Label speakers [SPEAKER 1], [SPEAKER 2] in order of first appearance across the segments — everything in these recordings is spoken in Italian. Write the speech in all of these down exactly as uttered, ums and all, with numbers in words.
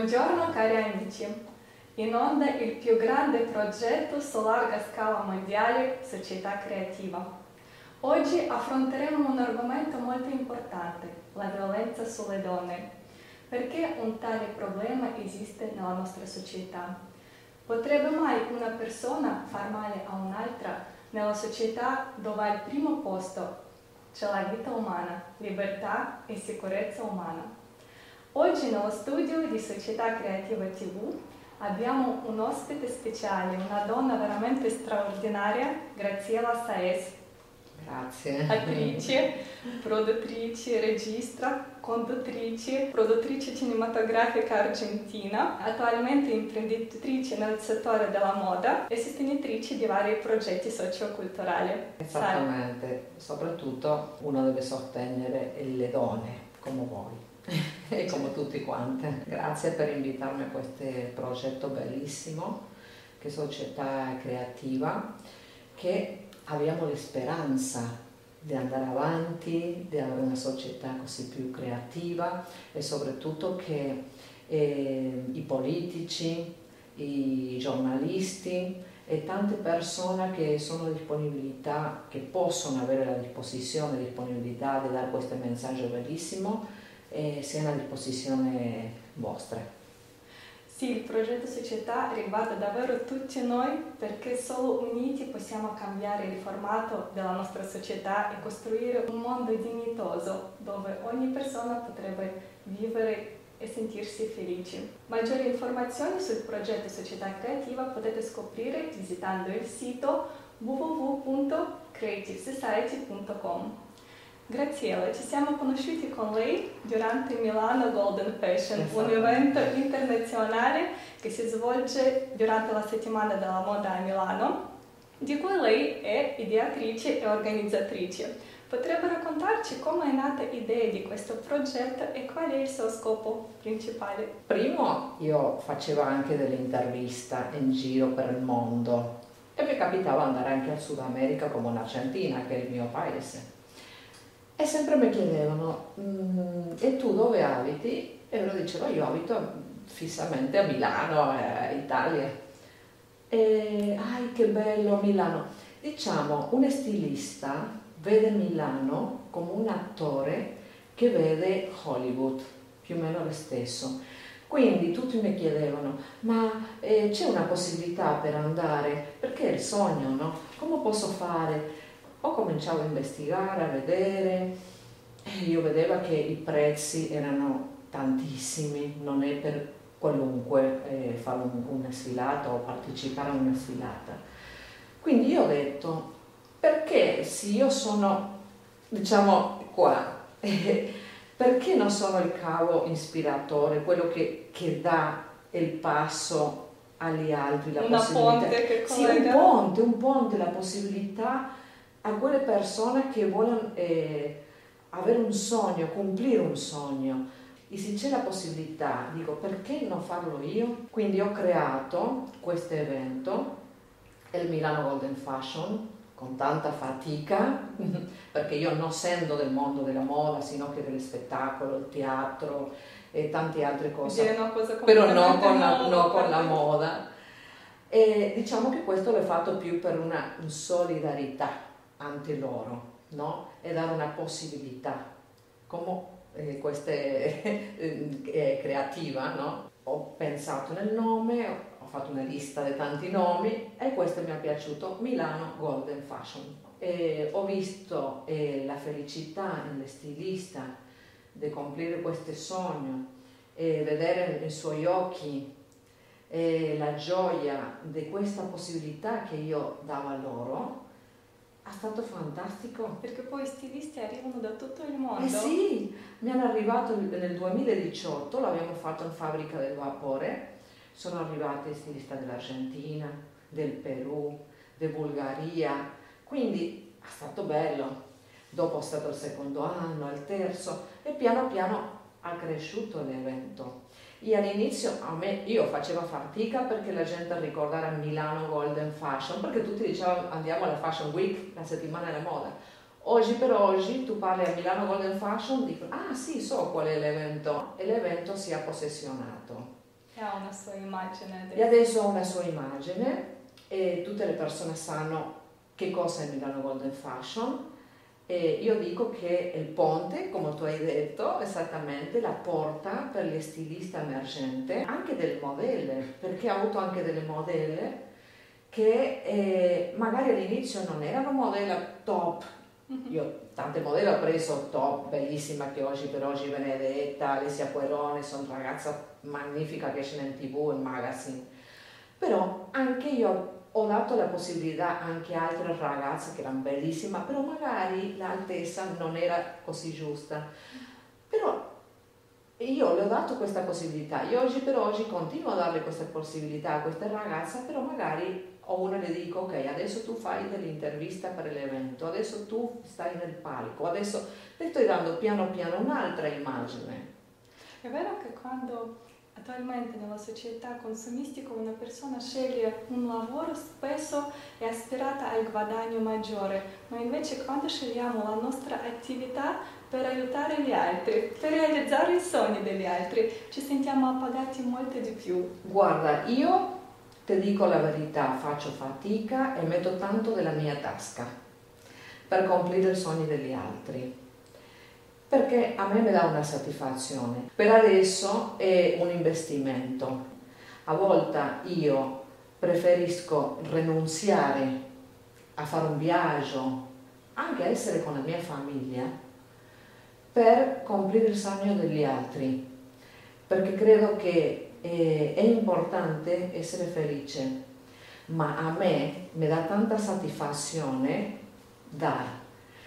[SPEAKER 1] Buongiorno cari amici, in onda il più grande progetto su larga scala mondiale Società Creativa. Oggi affronteremo un argomento molto importante, la violenza sulle donne. Perché un tale problema esiste nella nostra società? Potrebbe mai una persona far male a un'altra nella società dove al primo posto c'è la vita umana, libertà e sicurezza umana? Oggi nello studio di Società Creativa tivù abbiamo un ospite speciale, una donna veramente straordinaria, Graziella Saez.
[SPEAKER 2] Grazie.
[SPEAKER 1] Attrice, produttrice, regista, conduttrice, produttrice cinematografica argentina, attualmente imprenditrice nel settore della moda e sostenitrice di vari progetti socioculturali.
[SPEAKER 2] Esattamente, soprattutto uno deve sostenere le donne come voi. E come tutti quanti. Grazie per invitarmi a questo progetto bellissimo che è Società Creativa, che abbiamo la speranza di andare avanti, di avere una società così più creativa e soprattutto che eh, i politici, i giornalisti e tante persone che sono disponibilità, che possono avere la disposizione e disponibilità di dare questo messaggio bellissimo e siano a disposizione vostra.
[SPEAKER 1] Sì, il progetto Società riguarda davvero tutti noi perché solo uniti possiamo cambiare il formato della nostra società e costruire un mondo dignitoso dove ogni persona potrebbe vivere e sentirsi felici. Maggiori informazioni sul progetto Società Creativa potete scoprire visitando il sito w w w punto creative society punto com. Graziella, ci siamo conosciuti con lei durante Milano Golden Fashion, esatto. Un evento internazionale che si svolge durante la settimana della moda a Milano, di cui lei è ideatrice e organizzatrice. Potrebbe raccontarci come è nata l'idea di questo progetto e qual è il suo scopo principale?
[SPEAKER 2] Primo, io facevo anche delle interviste in giro per il mondo e mi capitava andare anche al Sud America come in Argentina, che è il mio paese. E sempre mi chiedevano, mm, e tu dove abiti? E lo dicevo, io abito fissamente a Milano, eh, Italia. E, ai che bello Milano! Diciamo, un stilista vede Milano come un attore che vede Hollywood, più o meno lo stesso. Quindi tutti mi chiedevano, ma eh, c'è una possibilità per andare? Perché è il sogno, no? Come posso fare? Ho cominciato a investigare, a vedere, e io vedevo che i prezzi erano tantissimi, non è per qualunque eh, fare un, una sfilata o partecipare a una sfilata. Quindi io ho detto, perché se io sono, diciamo, qua, eh, perché non sono il cavo ispiratore, quello che, che dà il passo agli altri, la
[SPEAKER 1] una
[SPEAKER 2] possibilità.
[SPEAKER 1] Ponte che
[SPEAKER 2] sì, un ponte, un ponte, la possibilità a quelle persone che vogliono eh, avere un sogno, compiere un sogno. E se c'è la possibilità, dico, perché non farlo io? Quindi ho creato questo evento, il Milano Golden Fashion, con tanta fatica, perché io non essendo del mondo della moda, sino che dello spettacolo, il teatro e tante altre cose,
[SPEAKER 1] una cosa
[SPEAKER 2] però non con, la, no con la moda. E diciamo che questo l'ho fatto più per una solidarietà ante loro, no? E dare una possibilità, come eh, questa è creativa, no? Ho pensato nel nome, ho fatto una lista di tanti nomi e questo mi è piaciuto, Milano Golden Fashion. E ho visto eh, la felicità nelle stilista di compiere questo sogno e vedere nei suoi occhi e la gioia di questa possibilità che io davo a loro. È stato fantastico.
[SPEAKER 1] Perché poi i stilisti arrivano da tutto il mondo.
[SPEAKER 2] Eh sì, mi hanno arrivato nel duemiladiciotto, l'abbiamo fatto in fabbrica del vapore, sono arrivati stilisti dell'Argentina, del Perù, di Bulgaria, quindi è stato bello. Dopo è stato il secondo anno, il terzo e piano piano ha cresciuto l'evento. E all'inizio a me, io facevo fatica perché la gente ricordava Milano Golden Fashion, perché tutti dicevano andiamo alla Fashion Week, la settimana della moda. Oggi per oggi tu parli a Milano Golden Fashion, dicono ah sì, so qual è l'evento, e l'evento si è possessionato.
[SPEAKER 1] E ha una sua immagine.
[SPEAKER 2] E adesso ha una sua immagine e tutte le persone sanno che cosa è Milano Golden Fashion. E io dico che è il ponte, come tu hai detto, esattamente la porta per gli stilisti emergenti, anche delle modelle, perché ho avuto anche delle modelle che eh, magari all'inizio non erano modelle top. Io tante modelle ho preso top, bellissima, che oggi per oggi Benedetta, Alessia Puerone, sono una ragazza magnifica che esce in tv, in magazine. Però anche io ho dato la possibilità anche a altre ragazze che erano bellissime, però magari l'altezza non era così giusta. Però io le ho dato questa possibilità, io oggi per oggi continuo a darle questa possibilità a queste ragazze, però magari a una le dico ok, adesso tu fai dell'intervista per l'evento, adesso tu stai nel palco, adesso le sto dando piano piano un'altra immagine.
[SPEAKER 1] È vero che quando attualmente nella società consumistica una persona sceglie un lavoro spesso è aspirata al guadagno maggiore, ma invece quando scegliamo la nostra attività per aiutare gli altri, per realizzare i sogni degli altri, ci sentiamo appagati molto di più.
[SPEAKER 2] Guarda, io ti dico la verità, faccio fatica e metto tanto della mia tasca per compiere i sogni degli altri. Perché a me mi dà una soddisfazione. Per adesso è un investimento. A volte io preferisco rinunziare a fare un viaggio, anche a essere con la mia famiglia, per compiere il sogno degli altri. Perché credo che è, è importante essere felice, ma a me mi dà tanta soddisfazione dare.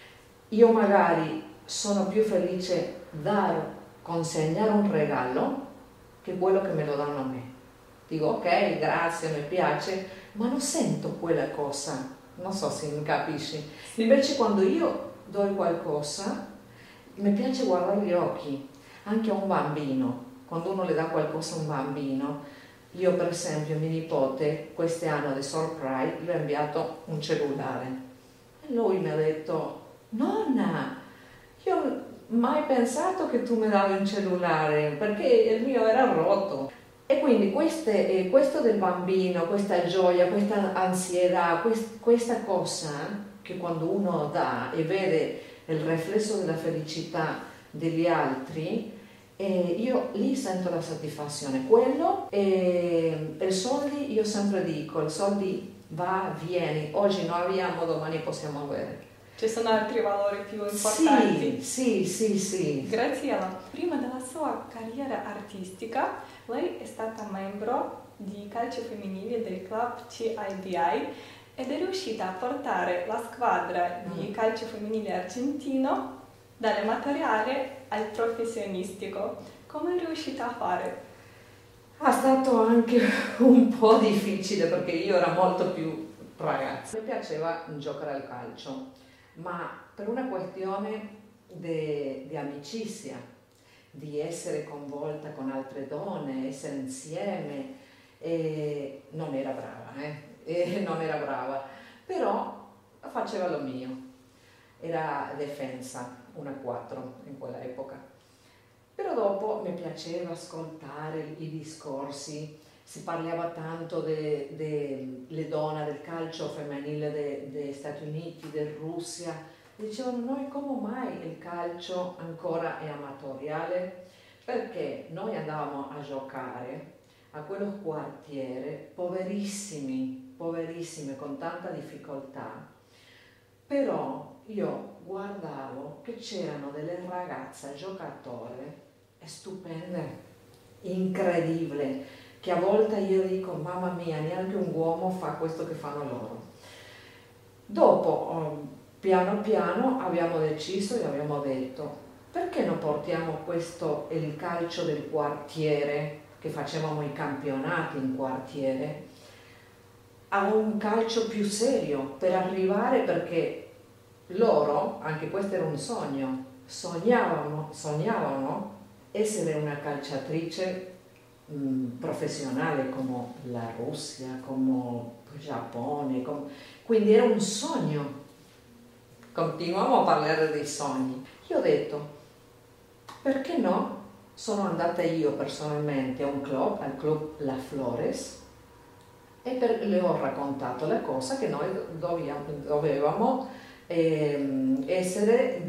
[SPEAKER 2] Io magari sono più felice dar, consegnare un regalo che quello che me lo danno a me. Dico ok, grazie, mi piace, ma non sento quella cosa, non so se mi capisci. Invece quando io do qualcosa, mi piace guardare gli occhi, anche a un bambino, quando uno le dà qualcosa a un bambino. Io per esempio, mio nipote, quest'anno di surprise, gli ho inviato un cellulare. E lui mi ha detto, nonna, io mai pensato che tu mi davi un cellulare, perché il mio era rotto. E quindi queste, eh, questo del bambino, questa gioia, questa ansietà, quest, questa cosa che quando uno dà e vede il riflesso della felicità degli altri, eh, io lì sento la soddisfazione. Quello e i soldi, io sempre dico, i soldi va, vieni, oggi non abbiamo, domani possiamo avere.
[SPEAKER 1] Ci sono altri valori più importanti.
[SPEAKER 2] Sì, sì, sì, sì.
[SPEAKER 1] Graziella, prima della sua carriera artistica, lei è stata membro di calcio femminile del club C I D I ed è riuscita a portare la squadra di
[SPEAKER 2] Mm.
[SPEAKER 1] calcio femminile argentino dall'amatoriale al professionistico. Come è riuscita a fare?
[SPEAKER 2] È stato anche un po' difficile perché io ero molto più ragazza. Mi piaceva giocare al calcio, ma per una questione di amicizia, di essere coinvolta con altre donne, essere insieme, e non era brava, eh? E non era brava, però faceva lo mio, era difesa, una quattro in quella epoca. Però dopo mi piaceva ascoltare i discorsi, si parlava tanto delle donne, del calcio femminile degli Stati Uniti, della Russia, e dicevano noi come mai il calcio ancora è amatoriale? Perché noi andavamo a giocare a quello quartiere, poverissimi, poverissime, con tanta difficoltà, però io guardavo che c'erano delle ragazze giocatori stupende, incredibili, che a volte io dico, mamma mia, neanche un uomo fa questo che fanno loro. Dopo, piano piano, abbiamo deciso e abbiamo detto, perché non portiamo questo, il calcio del quartiere, che facevamo i campionati in quartiere, a un calcio più serio, per arrivare, perché loro, anche questo era un sogno, sognavano, sognavano essere una calciatrice mh, professionale come la Russia, come il Giappone, come... quindi era un sogno. Continuiamo a parlare dei sogni. Io ho detto, perché no? sono andata io personalmente a un club, al club La Flores, e per, le ho raccontato la cosa che noi dovevamo eh, essere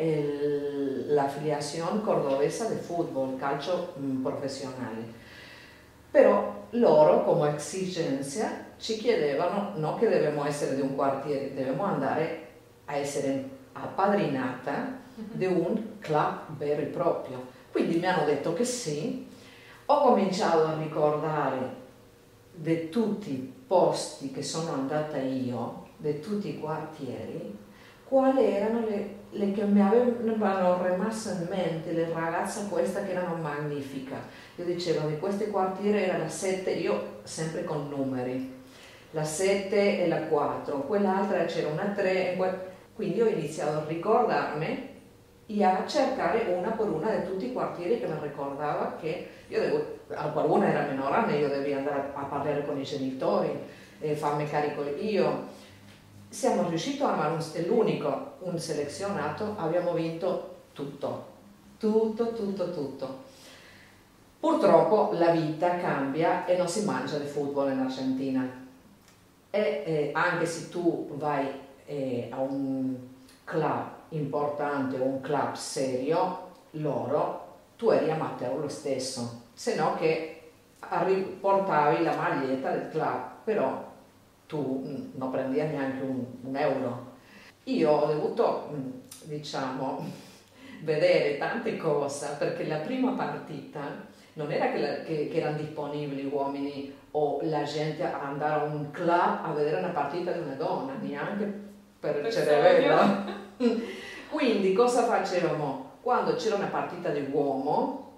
[SPEAKER 2] dell'affiliazione cordobesa di football, calcio mh, professionale. Però loro, come esigenza, ci chiedevano no che dobbiamo essere di un quartiere, dobbiamo andare a essere appadrinata di un club vero e proprio. Quindi mi hanno detto che sì, ho cominciato a ricordare di tutti i posti che sono andata io, di tutti i quartieri, quali erano le, le che mi avevano rimasto in mente, le ragazze queste che erano magnifiche. Io dicevo di questi quartieri era la sette, io sempre con numeri, la sette e la quattro, quell'altra c'era una tre, quindi ho iniziato a ricordarmi e a cercare una per una di tutti i quartieri che mi ricordava che io devo, qualcuno era minorenne, io dovevo andare a parlare con i genitori e farmi carico io. Siamo riusciti a amare, è l'unico, un selezionato, abbiamo vinto tutto, tutto, tutto, tutto. Purtroppo la vita cambia e non si mangia di football in Argentina. E eh, anche se tu vai eh, a un club importante o un club serio, loro, tu eri amateur lo stesso, se no che portavi la maglietta del club, però tu non prendi neanche un, un euro. Io ho dovuto, diciamo, vedere tante cose, perché la prima partita non era che, la, che, che erano disponibili uomini o la gente a andare a un club a vedere una partita di una donna, neanche per, per cervello. Quindi cosa facevamo? Quando c'era una partita di uomo,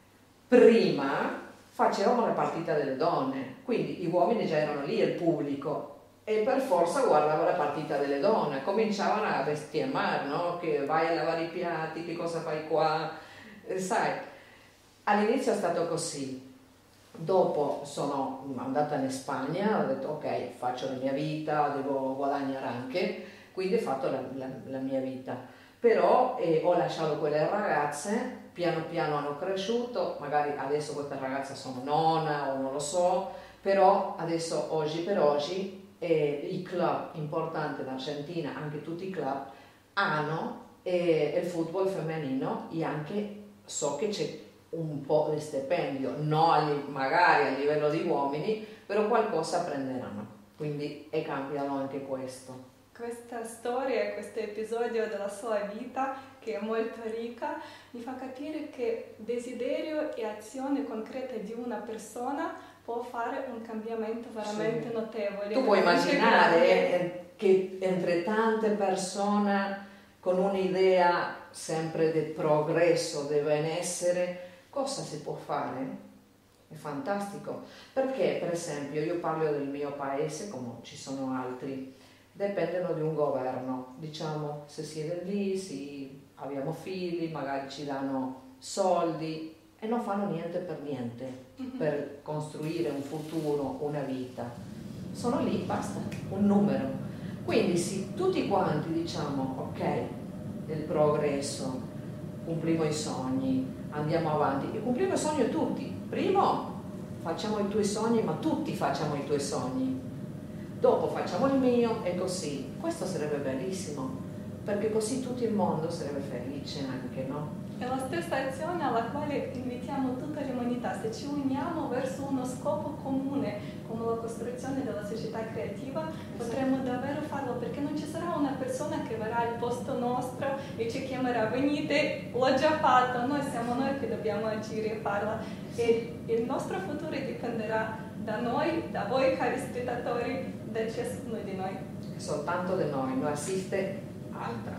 [SPEAKER 2] prima facevamo la partita delle donne, quindi gli uomini già erano lì, il pubblico, e per forza guardava la partita delle donne, cominciavano a bestemmiare, no? Che vai a lavare i piatti, che cosa fai qua, eh, sai, all'inizio è stato così. Dopo sono andata in Spagna, ho detto ok, faccio la mia vita, devo guadagnare anche, quindi ho fatto la, la, la mia vita. Però eh, ho lasciato quelle ragazze, piano piano hanno cresciuto, magari adesso queste ragazze sono nonna o non lo so, però adesso oggi per oggi eh, i club importanti in Argentina, anche tutti i club, hanno eh, il football femminile e anche so che c'è un po' di stipendio, non magari a livello di uomini, però qualcosa prenderanno, quindi è cambiato anche questo.
[SPEAKER 1] Questa storia, questo episodio della sua vita, che è molto ricca, mi fa capire che desiderio e azione concreta di una persona può fare un cambiamento veramente sì. notevole.
[SPEAKER 2] Tu puoi immaginare che entre tante persone con un'idea sempre di progresso, di benessere, cosa si può fare? È fantastico, perché per esempio io parlo del mio paese, come ci sono altri, dipendono di un governo, diciamo, se siete lì, sì, abbiamo figli, magari ci danno soldi e non fanno niente per niente, mm-hmm. per costruire un futuro, una vita. Sono lì, basta, un numero. Quindi se tutti quanti diciamo, ok, il progresso, compriamo i sogni, andiamo avanti, e compriamo i sogni tutti. Primo facciamo i tuoi sogni, ma tutti facciamo i tuoi sogni. Dopo facciamo il mio e così. Questo sarebbe bellissimo, perché così tutto il mondo sarebbe felice anche, no?
[SPEAKER 1] È la stessa azione alla quale invitiamo tutta l'umanità, se ci uniamo verso uno scopo comune, come la costruzione della società creativa, esatto. potremmo davvero farlo, perché non ci sarà una persona che verrà al posto nostro e ci chiamerà, venite, l'ho già fatto, noi siamo noi che dobbiamo agire e farla. E il nostro futuro dipenderà da noi, da voi cari spettatori, da ciascuno di noi.
[SPEAKER 2] Soltanto di noi, non assiste altra.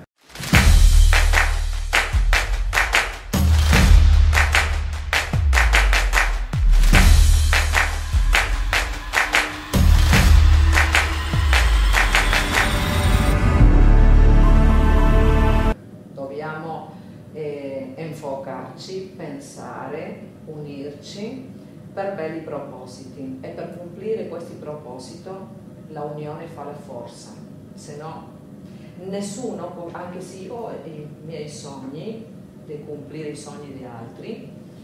[SPEAKER 2] Dobbiamo eh, enfocarci, pensare, unirci per belli propositi, e per compiere questi propositi la unione fa la forza, se no nessuno può, anche se io ho i miei sogni di compiere i sogni di altri,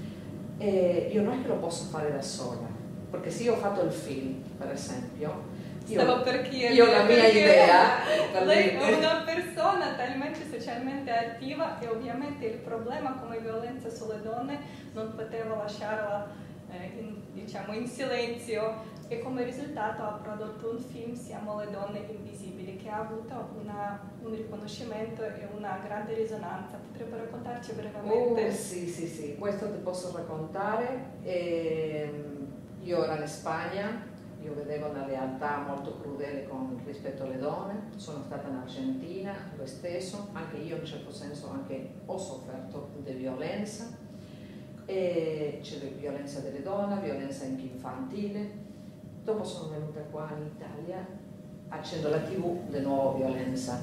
[SPEAKER 2] e io non è che lo posso fare da sola, perché se io ho fatto il film, per esempio, io,
[SPEAKER 1] Stavo per chiedere,
[SPEAKER 2] io la mia idea, per
[SPEAKER 1] lei
[SPEAKER 2] dire-
[SPEAKER 1] è una persona talmente socialmente attiva e ovviamente il problema come violenza sulle donne non poteva lasciarla eh, in, diciamo, in silenzio, e come risultato ha prodotto un film, Siamo le donne invisibili, che ha avuto una, un riconoscimento e una grande risonanza. Potrebbe raccontarci brevemente?
[SPEAKER 2] Oh, sì, sì, sì, questo ti posso raccontare. Ehm, io ero in Spagna, io vedevo una realtà molto crudele con, rispetto alle donne, sono stata in Argentina, lo stesso, anche io in un certo senso anche ho sofferto di violenza, e c'è violenza delle donne, violenza anche infantile. Dopo sono venuta qua in Italia, accendo la tivù, di nuovo violenza.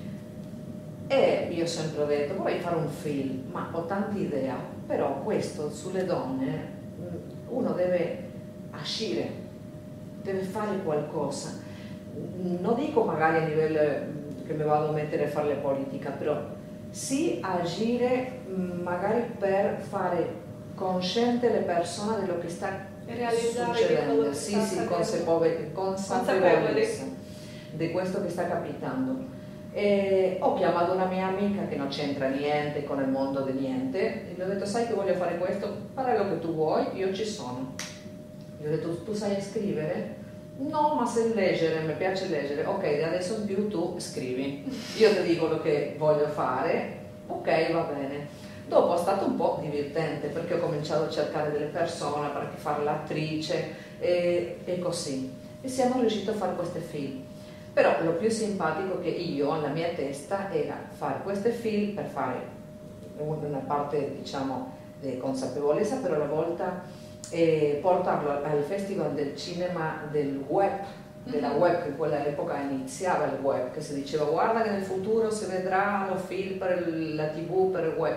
[SPEAKER 2] E io ho sempre detto, vorrei fare un film, ma ho tante idee, però questo sulle donne uno deve agire, deve fare qualcosa. Non dico magari a livello che mi vado a mettere a fare la politica, però sì agire magari per fare cosciente le persone di quello che sta
[SPEAKER 1] Realizzare
[SPEAKER 2] succedendo, sì,
[SPEAKER 1] sta
[SPEAKER 2] sì,
[SPEAKER 1] accadendo.
[SPEAKER 2] consapevolezza di questo che sta capitando. E ho chiamato una mia amica che non c'entra niente con il mondo di niente e gli ho detto, sai che voglio fare questo, fare quello che tu vuoi, io ci sono. Gli ho detto, tu sai scrivere? No, ma sai leggere, mi piace leggere. Ok, da adesso in più tu scrivi, io ti dico quello che voglio fare, ok, va bene. Dopo è stato un po' divertente perché ho cominciato a cercare delle persone per fare l'attrice e, e così. E siamo riusciti a fare questi film. Però lo più simpatico che io, nella mia testa, era fare questi film per fare una parte, diciamo, di consapevolezza, però alla volta eh, portarlo al Festival del Cinema del Web, della web, che in quell'epoca iniziava il web, che si diceva guarda che nel futuro si vedranno film per la tivù, per il web.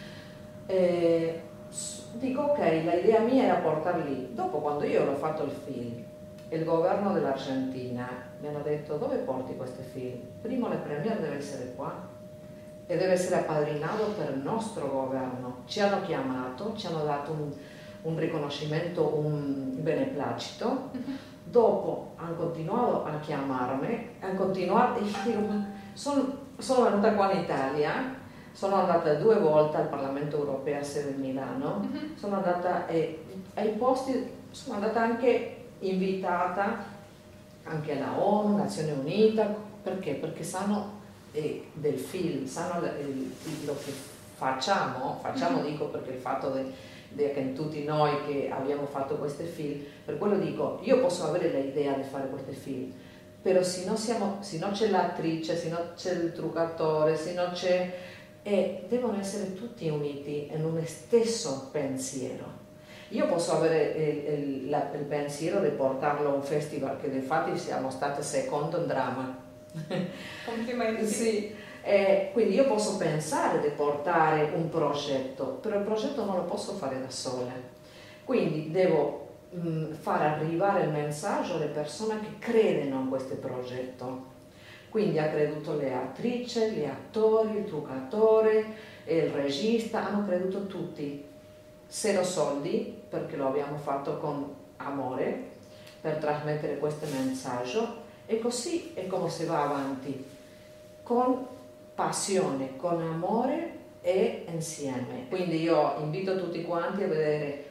[SPEAKER 2] Eh, dico ok, l'idea mia era portarli. Dopo, quando io l'ho fatto il film, il governo dell'Argentina mi hanno detto dove porti questi film? Primo la premier deve essere qua e deve essere appadrinato per il nostro governo. Ci hanno chiamato, ci hanno dato un, un riconoscimento, un beneplacito. Dopo hanno continuato a chiamarmi, hanno continuato, io dico, sono, sono venuta qua in Italia, sono andata due volte al Parlamento Europeo a sede di Milano, sono andata eh, ai posti, sono andata anche invitata anche alla ONU, Nazioni Unite, perché? Perché sanno eh, del film, sanno eh, lo che facciamo, facciamo dico perché il fatto de, de, che tutti noi che abbiamo fatto questi film, per quello dico, io posso avere l'idea di fare questi film, però se non, siamo, se non c'è l'attrice, se non c'è il truccatore, se non c'è... E devono essere tutti uniti in un stesso pensiero. Io posso avere il, il, la, il pensiero di portarlo a un festival, che infatti siamo stati secondo in dramma.
[SPEAKER 1] Complimenti.
[SPEAKER 2] Sì. Eh, quindi io posso pensare di portare un progetto, però il progetto non lo posso fare da sola. Quindi devo mh, far arrivare il messaggio alle persone che credono in questo progetto. Quindi ha creduto le attrici, gli attori, il truccatore, il regista, hanno creduto tutti. Zero soldi, perché lo abbiamo fatto con amore, per trasmettere questo messaggio, e così è come si va avanti, con passione, con amore e insieme. Quindi io invito tutti quanti a vedere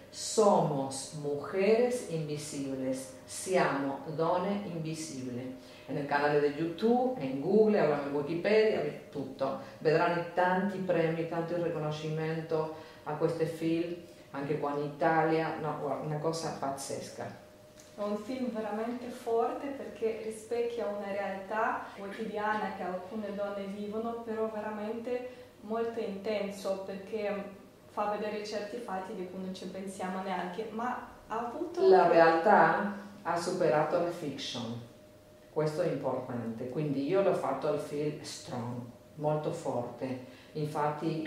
[SPEAKER 2] Somos Mujeres Invisibles, siamo donne invisibili. Nel canale di YouTube, in Google, abbiamo in Wikipedia, tutto. Vedranno tanti premi, tanto riconoscimento a questi film, anche qua in Italia, no, una cosa pazzesca.
[SPEAKER 1] È un film veramente forte perché rispecchia una realtà quotidiana che alcune donne vivono, però veramente molto intenso, perché fa vedere certi fatti di cui non ci pensiamo neanche, ma ha avuto...
[SPEAKER 2] La realtà ha superato la fiction. Questo è importante, quindi io l'ho fatto al film strong, molto forte, infatti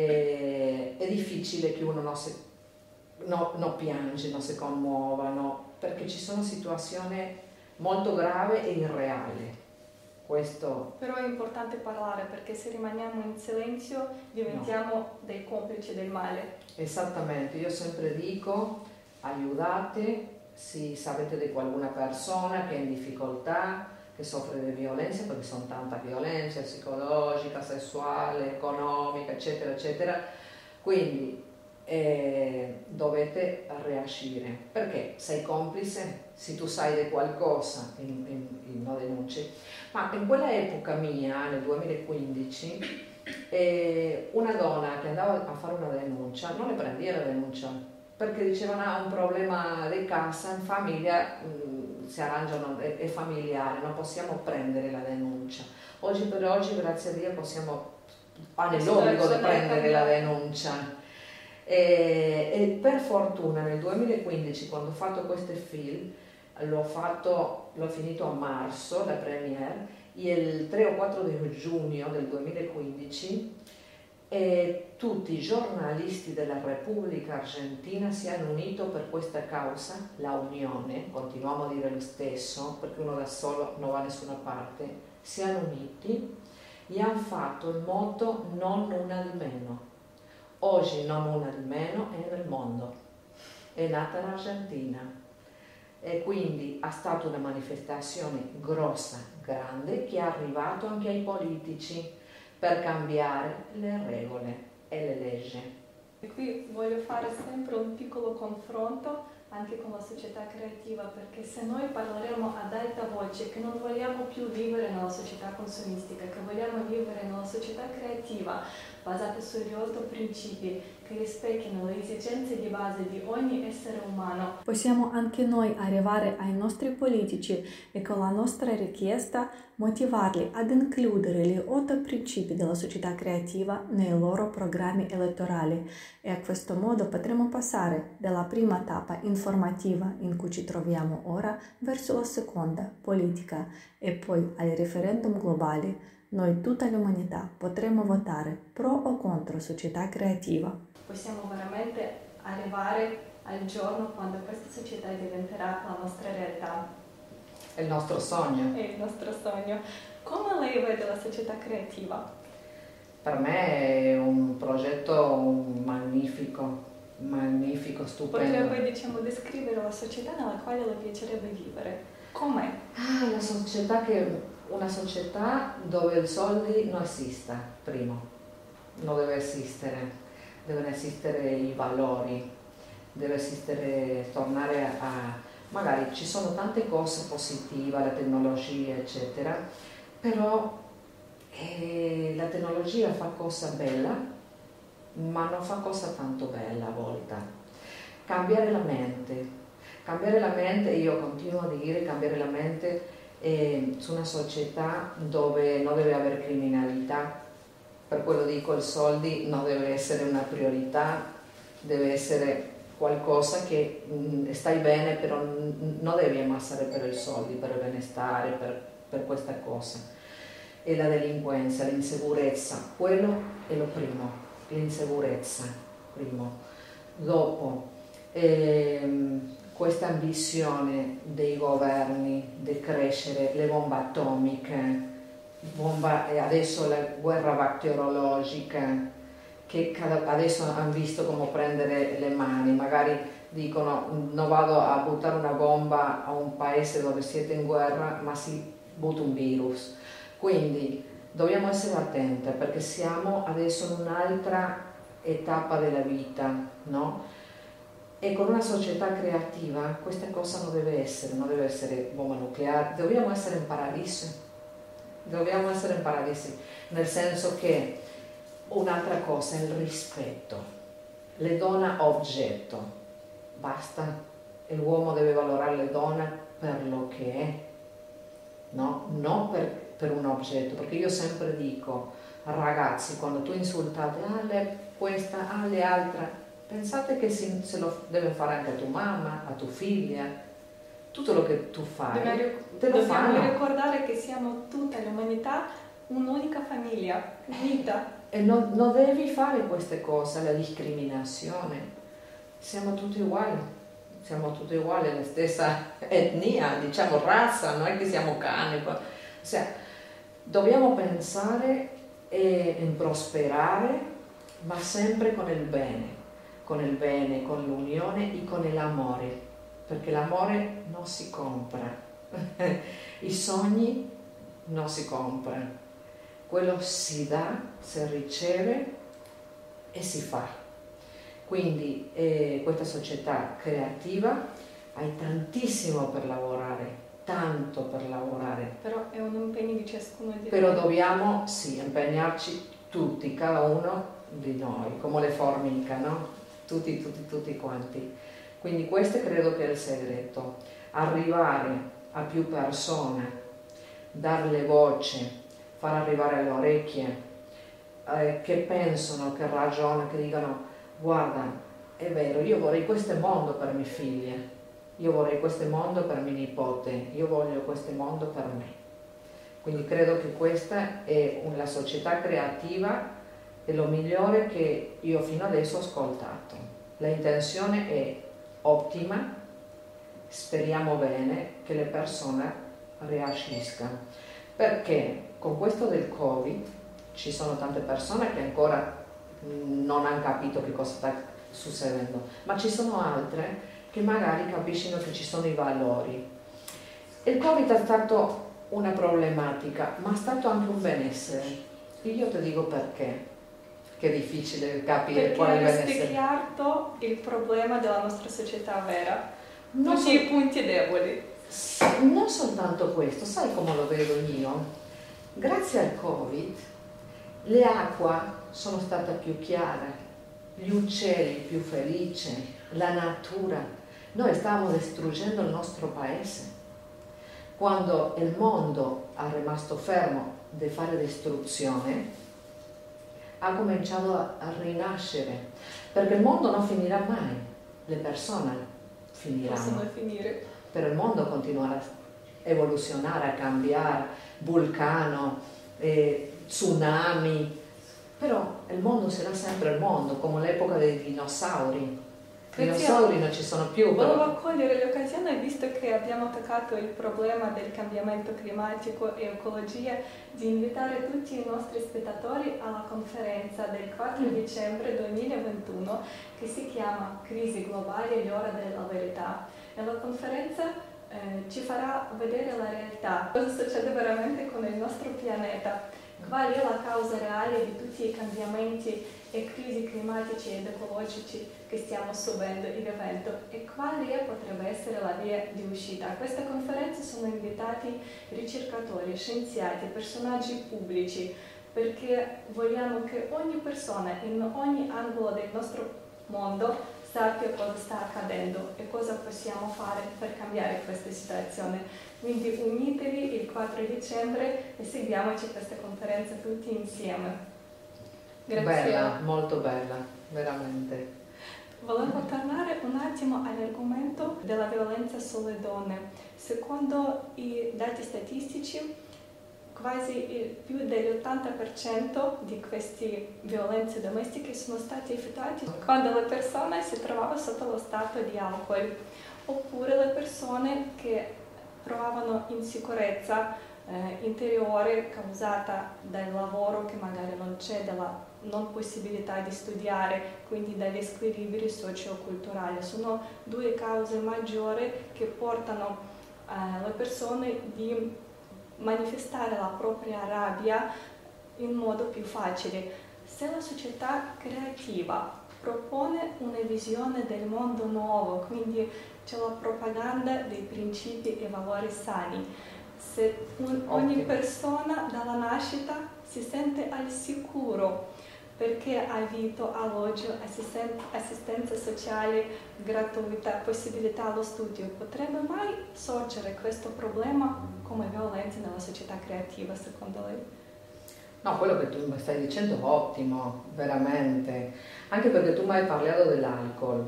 [SPEAKER 2] è, è difficile che uno non, si, no, non piange, non si commuova, no, perché ci sono situazioni molto gravi e irreali, questo...
[SPEAKER 1] Però è importante parlare, perché se rimaniamo in silenzio diventiamo no. dei complici del male.
[SPEAKER 2] Esattamente, io sempre dico aiutate, se sapete di qualcuna persona che è in difficoltà, che soffre di violenza, perché sono tanta violenza psicologica, sessuale, economica, eccetera, eccetera. Quindi eh, dovete reagire, perché sei complice, se tu sai di qualcosa e non denunci. Ma in quella epoca mia, nel duemilaquindici, eh, una donna che andava a fare una denuncia, non le prendeva la denuncia, perché dicevano ha un problema di casa, in famiglia, mh, si arrangiano, è, è familiare, non possiamo prendere la denuncia. Oggi per oggi, grazie a Dio, possiamo, hanno l'obbligo di prendere la denuncia. E, e per fortuna nel duemilaquindici, quando ho fatto questo film, l'ho fatto, l'ho finito a marzo, la premiere, e il tre o quattro di giugno del duemilaquindici e tutti i giornalisti della Repubblica Argentina si hanno unito per questa causa, la unione, continuiamo a dire lo stesso, perché uno da solo non va da nessuna parte, si hanno uniti e hanno fatto il motto non una di meno. Oggi non una di meno è nel mondo, è nata in Argentina e quindi è stata una manifestazione grossa, grande, che è arrivato anche ai politici per cambiare le regole e le leggi.
[SPEAKER 1] E qui voglio fare sempre un piccolo confronto anche con la società creativa, perché se noi parleremo ad alta voce che non vogliamo più vivere nella società consumistica, che vogliamo vivere nella società creativa basata sugli otto principi che rispecchiano le esigenze di base di ogni essere umano, possiamo anche noi arrivare ai nostri politici e con la nostra richiesta motivarli ad includere gli otto principi della società creativa nei loro programmi elettorali e a questo modo potremo passare dalla prima tappa informativa in cui ci troviamo ora verso la seconda, politica, e poi ai referendum globali. Noi, tutta l'umanità, potremo votare pro o contro società creativa. Possiamo veramente arrivare al giorno quando questa società diventerà la nostra realtà.
[SPEAKER 2] È il nostro sogno.
[SPEAKER 1] È il nostro sogno. Come lei vede la società creativa?
[SPEAKER 2] Per me è un progetto magnifico, magnifico, stupendo.
[SPEAKER 1] Potrebbe, diciamo, descrivere la società nella quale le piacerebbe vivere. Com'è?
[SPEAKER 2] Ah, la società che... Una società dove i soldi non esista, primo, non deve esistere, devono esistere i valori, deve esistere, tornare a, magari ci sono tante cose positive, la tecnologia eccetera, però eh, la tecnologia fa cosa bella, ma non fa cosa tanto bella a volte. Cambiare la mente, cambiare la mente, io continuo a dire cambiare la mente, E su una società dove non deve avere criminalità, per quello dico il soldi non deve essere una priorità, deve essere qualcosa che mh, stai bene, però n- non devi ammassare per i soldi, per il benestare, per, per questa cosa. E la delinquenza, l'insicurezza, quello è lo primo, l'insicurezza, primo. Dopo, ehm, questa ambizione dei governi di crescere le bombe atomiche, bomba, e adesso la guerra batteriologica, che adesso hanno visto come prendere le mani, magari dicono non vado a buttare una bomba a un paese dove siete in guerra, ma si butta un virus. Quindi dobbiamo essere attenti perché siamo adesso in un'altra etapa della vita, no? E con una società creativa questa cosa non deve essere, non deve essere bomba nucleare, dobbiamo essere in paradiso, dobbiamo essere in paradiso, nel senso che un'altra cosa è il rispetto, le donne oggetto, basta, e l'uomo deve valorare le donne per lo che è, no? Non per, per un oggetto, perché io sempre dico, ragazzi, quando tu insultate, ah, le, questa, ah, le altre, pensate che si, se lo deve fare anche a tua mamma, a tua figlia, tutto lo che tu fai,
[SPEAKER 1] dobbiamo,
[SPEAKER 2] te lo
[SPEAKER 1] dobbiamo
[SPEAKER 2] fanno.
[SPEAKER 1] ricordare che siamo tutta l'umanità, un'unica famiglia, unita.
[SPEAKER 2] E non, non devi fare queste cose, la discriminazione, siamo tutti uguali, siamo tutti uguali, la stessa etnia, diciamo razza, non è che siamo cani, cioè, Dobbiamo pensare e, in prosperare, ma sempre con il bene, con il bene, con l'unione e con l'amore, perché l'amore non si compra, i sogni non si comprano, quello si dà, si riceve e si fa. Quindi eh, questa società creativa hai tantissimo per lavorare, tanto per lavorare.
[SPEAKER 1] Però è un impegno di ciascuno di noi.
[SPEAKER 2] Però dobbiamo, sì, impegnarci tutti, cada uno di noi, come le formiche, no? Tutti, tutti, tutti quanti. Quindi questo credo che è il segreto, arrivare a più persone, darle voce, far arrivare alle orecchie, eh, che pensano, che ragionano, che dicono guarda, è vero, io vorrei questo mondo per mie figlie, io vorrei questo mondo per mio nipote, io voglio questo mondo per me. Quindi credo che questa è una società creativa, è lo migliore che io fino adesso ho ascoltato. L'intenzione è ottima, speriamo bene che le persone reagiscano, perché con questo del Covid ci sono tante persone che ancora non hanno capito che cosa sta succedendo, ma ci sono altre che magari capiscono che ci sono i valori. Il Covid è stato una problematica, ma è stato anche un benessere. Io ti dico perché, che è difficile capire
[SPEAKER 1] perché
[SPEAKER 2] qual è il
[SPEAKER 1] hanno
[SPEAKER 2] benessere.
[SPEAKER 1] specchiato il problema della nostra società vera,
[SPEAKER 2] Non
[SPEAKER 1] tutti
[SPEAKER 2] so,
[SPEAKER 1] i punti deboli.
[SPEAKER 2] non soltanto questo, sai come lo vedo io? Grazie al Covid le acque sono state più chiare, gli uccelli più felici, la natura. Noi stiamo distruggendo il nostro paese. Quando il mondo è rimasto fermo di fare distruzione, ha cominciato a, a rinascere, perché il mondo non finirà mai, le persone finiranno.
[SPEAKER 1] Possono finire.
[SPEAKER 2] Però il mondo continuerà a evoluzionare, a cambiare, vulcano, eh, tsunami, però il mondo sarà sempre il mondo, come l'epoca dei dinosauri. I dinosauri non ci sono più.
[SPEAKER 1] Volevo cogliere l'occasione, visto che abbiamo toccato il problema del cambiamento climatico e ecologia, di invitare tutti i nostri spettatori alla conferenza del quattro dicembre duemilaventuno che si chiama Crisi globale, l'ora della verità. E la conferenza eh, ci farà vedere la realtà, cosa succede veramente con il nostro pianeta, qual è la causa reale di tutti i cambiamenti e crisi climatici ed ecologici che stiamo subendo e vivendo e quale potrebbe essere la via di uscita. A questa conferenza sono invitati ricercatori, scienziati, personaggi pubblici, perché vogliamo che ogni persona in ogni angolo del nostro mondo sappia cosa sta accadendo e cosa possiamo fare per cambiare questa situazione. Quindi unitevi il quattro dicembre e seguiamoci questa conferenza tutti insieme. Grazie.
[SPEAKER 2] Bella, molto bella, veramente.
[SPEAKER 1] Volevo tornare un attimo all'argomento della violenza sulle donne. Secondo i dati statistici, quasi il più dell'ottanta per cento di queste violenze domestiche sono state effettuate quando la persona si trovava sotto lo stato di alcol, oppure le persone che provavano insicurezza eh, interiore causata dal lavoro che magari non c'è, dalla non possibilità di studiare, quindi dagli squilibri socio-culturali. Sono due cause maggiori che portano eh, le persone di manifestare la propria rabbia in modo più facile. Se la società creativa propone una visione del mondo nuovo, quindi c'è la propaganda dei principi e valori sani, se un, ogni persona dalla nascita si sente al sicuro perché ha vitto, alloggio, assisten- assistenza sociale gratuita, possibilità allo studio, potrebbe mai sorgere questo problema come violenza nella società creativa, secondo lei?
[SPEAKER 2] No, quello che tu mi stai dicendo è ottimo, veramente, anche perché tu mi hai parlato dell'alcol.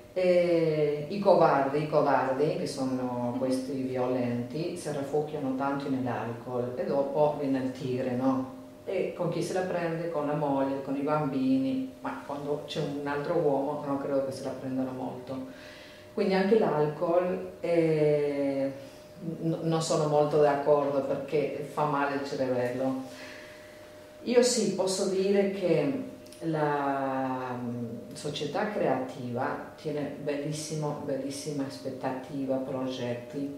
[SPEAKER 2] E i covardi, i covardi, che sono questi violenti, si rifugiano tanto nell'alcol e dopo viene il tigre, no? E con chi se la prende? Con la moglie, con i bambini, ma quando c'è un altro uomo non credo che se la prendano molto. Quindi anche l'alcol è n- non sono molto d'accordo perché fa male il cervello. Io sì, posso dire che la mm, società creativa tiene bellissimo, bellissima aspettativa, progetti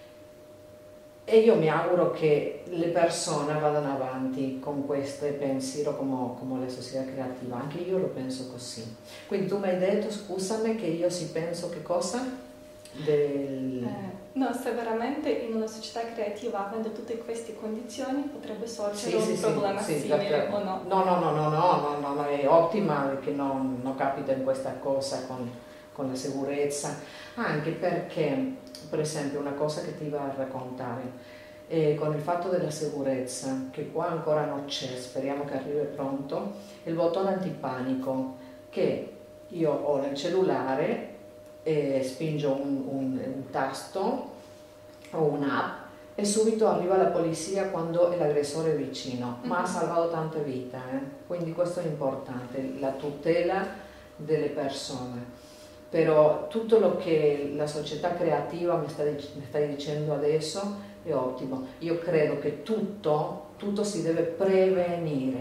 [SPEAKER 2] e io mi auguro che le persone vadano avanti con questo pensiero come, come la società creativa, anche io lo penso così. Quindi tu mi hai detto, scusami, che io si penso che cosa? Del...
[SPEAKER 1] Eh, no, se veramente in una società creativa, avendo tutte queste condizioni, potrebbe sorgere
[SPEAKER 2] Sì,
[SPEAKER 1] un
[SPEAKER 2] sì,
[SPEAKER 1] problema
[SPEAKER 2] sì, sì,
[SPEAKER 1] simile
[SPEAKER 2] davvero.
[SPEAKER 1] o no?
[SPEAKER 2] No, no, no, no, no, no, no, è ottima che non, non capita in questa cosa con, con la sicurezza, anche perché, per esempio, una cosa che ti va a raccontare, eh, con il fatto della sicurezza, che qua ancora non c'è, speriamo che arrivi pronto, il bottone antipanico, che io ho nel cellulare e spingo un, un, un tasto o un'app e subito arriva la polizia quando è l'aggressore è vicino, ma ha salvato tante vite, eh? Quindi questo è importante, la tutela delle persone. Però tutto lo che la società creativa mi sta, mi stai dicendo adesso è ottimo. Io credo che tutto, tutto si deve prevenire,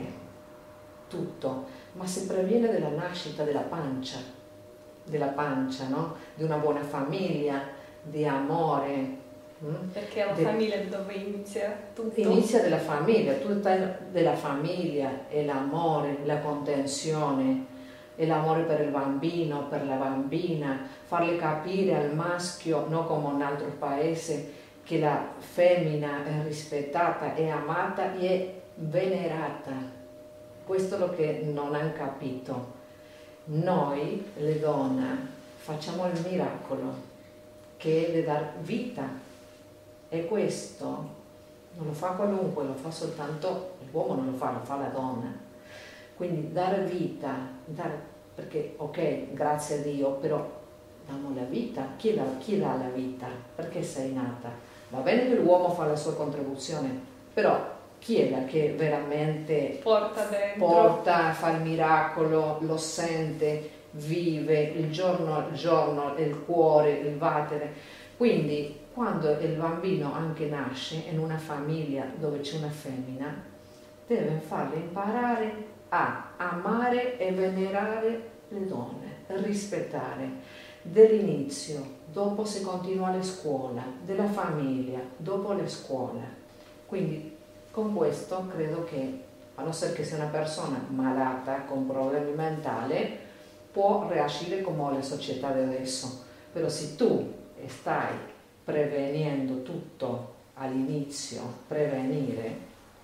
[SPEAKER 2] tutto, ma si previene dalla nascita della pancia, della pancia, no? Di una buona famiglia, di amore.
[SPEAKER 1] Perché la
[SPEAKER 2] De...
[SPEAKER 1] famiglia dove inizia tutto?
[SPEAKER 2] Inizia dalla famiglia, tutta della famiglia e l'amore, la contenzione, e l'amore per il bambino, per la bambina, farle capire al maschio, non come in un altro paese, che la femmina è rispettata, è amata e è venerata. Questo è lo che non hanno capito. Noi, le donne, facciamo il miracolo, che è di dar vita. E questo non lo fa qualunque, lo fa soltanto l'uomo, non lo fa, lo fa la donna. Quindi dare vita, dare, perché ok, grazie a Dio, però diamo la vita. Chi dà, chi dà la vita? Perché sei nata? Va bene che l'uomo fa la sua contribuzione, però chi è la che veramente
[SPEAKER 1] porta dentro,
[SPEAKER 2] porta, fa il miracolo, lo sente, vive il giorno al giorno, il cuore, il vatere. Quindi quando il bambino anche nasce in una famiglia dove c'è una femmina, deve farle imparare a amare e venerare le donne, rispettare dall'inizio, dopo si continua alla scuola, della famiglia, dopo le scuole. Quindi con questo credo che, a non essere che sia una persona malata con problemi mentali, può reagire come la società di adesso. Però se tu stai prevenendo tutto all'inizio, prevenire,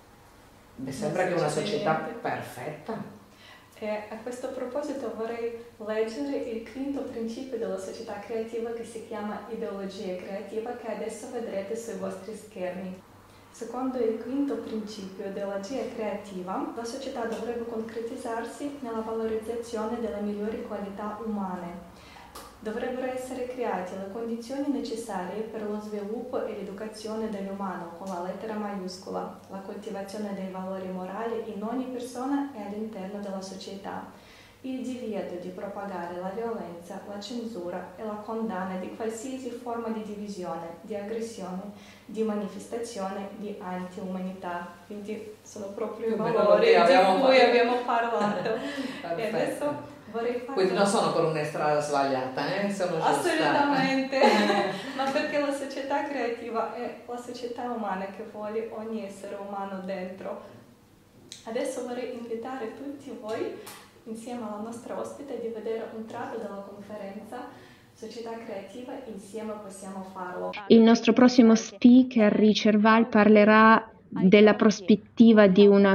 [SPEAKER 2] mi sembra che è una società perfetta.
[SPEAKER 1] E a questo proposito vorrei leggere il quinto principio della società creativa, che si chiama ideologia creativa, che adesso vedrete sui vostri schermi. Secondo il quinto principio dell'energia creativa, la società dovrebbe concretizzarsi nella valorizzazione delle migliori qualità umane. Dovrebbero essere create le condizioni necessarie per lo sviluppo e l'educazione dell'umano con la lettera maiuscola, la coltivazione dei valori morali in ogni persona e all'interno della società, il divieto di propagare la violenza, la censura e la condanna di qualsiasi forma di divisione, di aggressione, di manifestazione di anti-umanità. Quindi sono proprio i valori di
[SPEAKER 2] abbiamo
[SPEAKER 1] cui
[SPEAKER 2] fatto.
[SPEAKER 1] abbiamo parlato. E adesso vorrei fare...
[SPEAKER 2] Quindi non sono per una strada sbagliata, eh? Sono giusta.
[SPEAKER 1] Assolutamente, ma perché la società creativa è la società umana che vuole ogni essere umano dentro. Adesso vorrei invitare tutti voi, insieme alla nostra ospite, di vedere un tratto della conferenza Società Creativa, insieme possiamo farlo.
[SPEAKER 3] Il nostro prossimo speaker, Richard Val, parlerà della prospettiva di una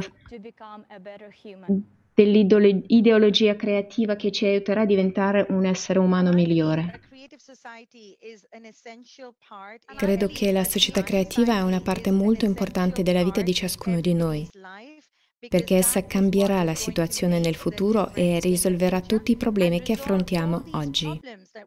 [SPEAKER 3] dell'ideologia creativa che ci aiuterà a diventare un essere umano migliore. Credo che la società creativa è una parte molto importante della vita di ciascuno di noi, perché essa cambierà la situazione nel futuro e risolverà tutti i problemi che affrontiamo oggi.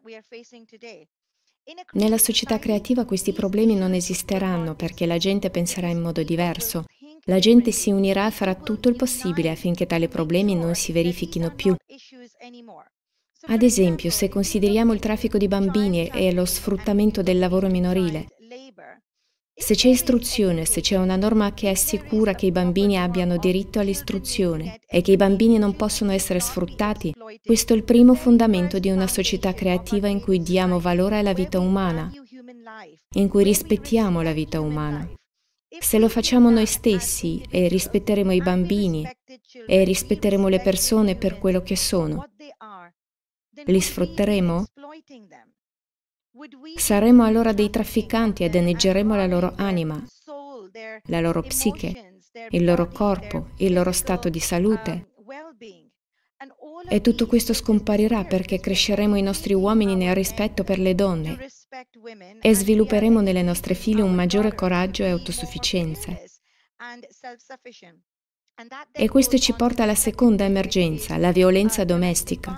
[SPEAKER 3] Nella società creativa questi problemi non esisteranno perché la gente penserà in modo diverso. La gente si unirà e farà tutto il possibile affinché tali problemi non si verifichino più. Ad esempio, se consideriamo il traffico di bambini e lo sfruttamento del lavoro minorile, Se c'è istruzione, se c'è una norma che assicura che i bambini abbiano diritto all'istruzione e che i bambini non possono essere sfruttati, questo è il primo fondamento di una società creativa in cui diamo valore alla vita umana, in cui rispettiamo la vita umana. Se lo facciamo noi stessi e rispetteremo i bambini e rispetteremo le persone per quello che sono, li sfrutteremo? Saremo allora dei trafficanti e danneggeremo la loro anima, la loro psiche, il loro corpo, il loro stato di salute. E tutto questo scomparirà perché cresceremo i nostri uomini nel rispetto per le donne e svilupperemo nelle nostre figlie un maggiore coraggio e autosufficienza. E questo ci porta alla seconda emergenza, la violenza domestica.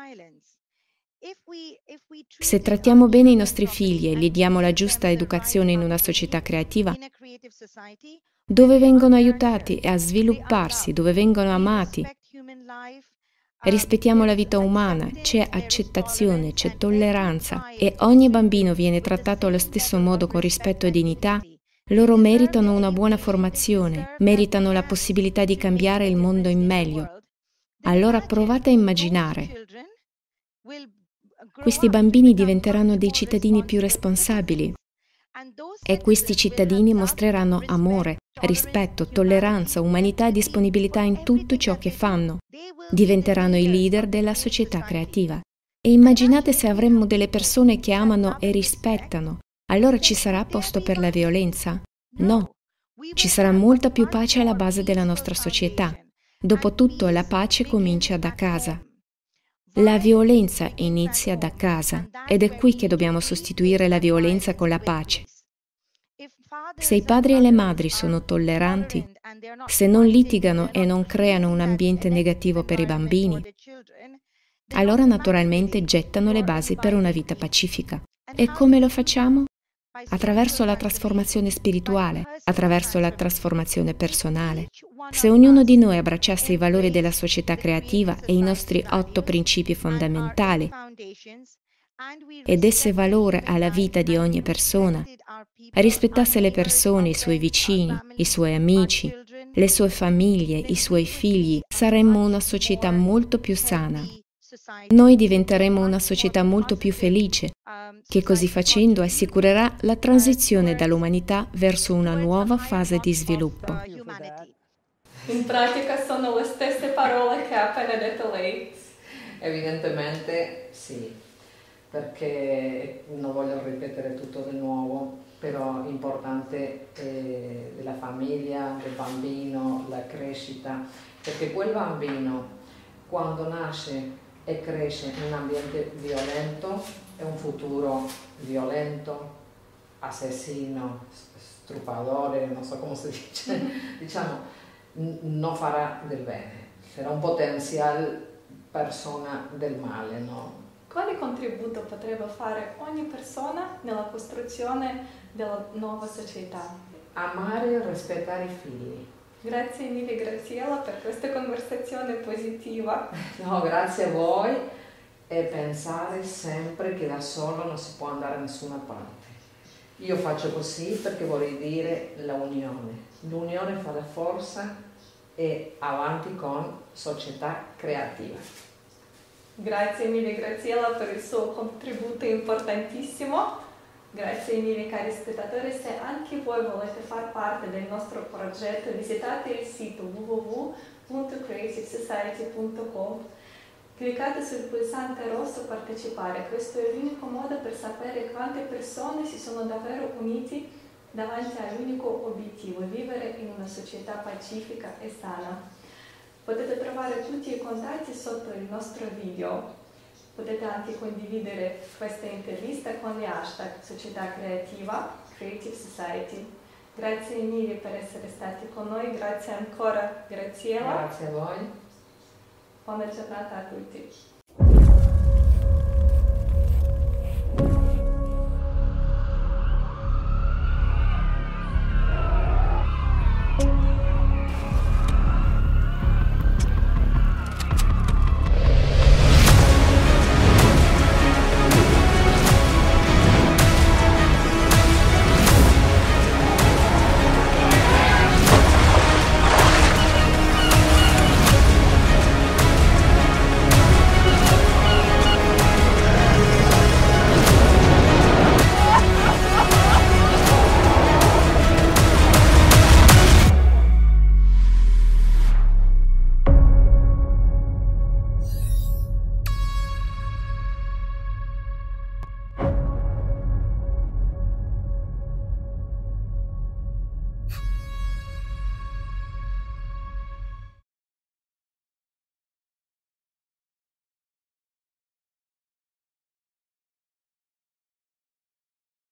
[SPEAKER 3] Se trattiamo bene i nostri figli e gli diamo la giusta educazione in una società creativa, dove vengono aiutati a svilupparsi, dove vengono amati, rispettiamo la vita umana, c'è accettazione, c'è tolleranza e ogni bambino viene trattato allo stesso modo con rispetto e dignità, loro meritano una buona formazione, meritano la possibilità di cambiare il mondo in meglio. Allora provate a immaginare. Questi bambini diventeranno dei cittadini più responsabili e questi cittadini mostreranno amore, rispetto, tolleranza, umanità e disponibilità in tutto ciò che fanno. Diventeranno i leader della società creativa. E immaginate se avremmo delle persone che amano e rispettano. Allora ci sarà posto per la violenza? No. Ci sarà molta più pace alla base della nostra società. Dopotutto la pace comincia da casa. La violenza inizia da casa ed è qui che dobbiamo sostituire la violenza con la pace. Se i padri e le madri sono tolleranti, se non litigano e non creano un ambiente negativo per i bambini, allora naturalmente gettano le basi per una vita pacifica. E come lo facciamo? Attraverso la trasformazione spirituale, attraverso la trasformazione personale. Se ognuno di noi abbracciasse i valori della società creativa e i nostri otto principi fondamentali e desse valore alla vita di ogni persona, rispettasse le persone, i suoi vicini, i suoi amici, le sue famiglie, i suoi figli, saremmo una società molto più sana. Noi diventeremo una società molto più felice, che così facendo assicurerà la transizione dall'umanità verso una nuova fase di sviluppo.
[SPEAKER 1] In pratica sono le stesse parole che ha appena detto lei.
[SPEAKER 2] Evidentemente sì, perché non voglio ripetere tutto di nuovo, però è importante eh, della famiglia, del bambino, la crescita, perché quel bambino quando nasce e cresce in un ambiente violento è un futuro violento, assassino, strupadore, non so come si dice, diciamo, non farà del bene, sarà un potenziale persona del male, no?
[SPEAKER 1] Quale contributo potrebbe fare ogni persona nella costruzione della nuova società?
[SPEAKER 2] Amare e rispettare i figli.
[SPEAKER 1] Grazie mille Graziella per questa conversazione positiva.
[SPEAKER 2] No, grazie a voi e pensare sempre che da solo non si può andare da nessuna parte. Io faccio così perché vorrei dire la unione. L'unione fa la forza e avanti con società creativa.
[SPEAKER 1] Grazie mille Graziella per il suo contributo importantissimo. Grazie mille cari spettatori, se anche voi volete far parte del nostro progetto visitate il sito w w w punto creative society punto com. Cliccate sul pulsante rosso partecipare, questo è l'unico modo per sapere quante persone si sono davvero uniti davanti all'unico obiettivo, vivere in una società pacifica e sana. Potete trovare tutti i contatti sotto il nostro video. Potete anche condividere questa intervista con gli hashtag Società Creativa, Creative Society. Grazie mille per essere stati con noi, grazie ancora Graziella.
[SPEAKER 2] Grazie a voi.
[SPEAKER 1] Buona giornata a tutti.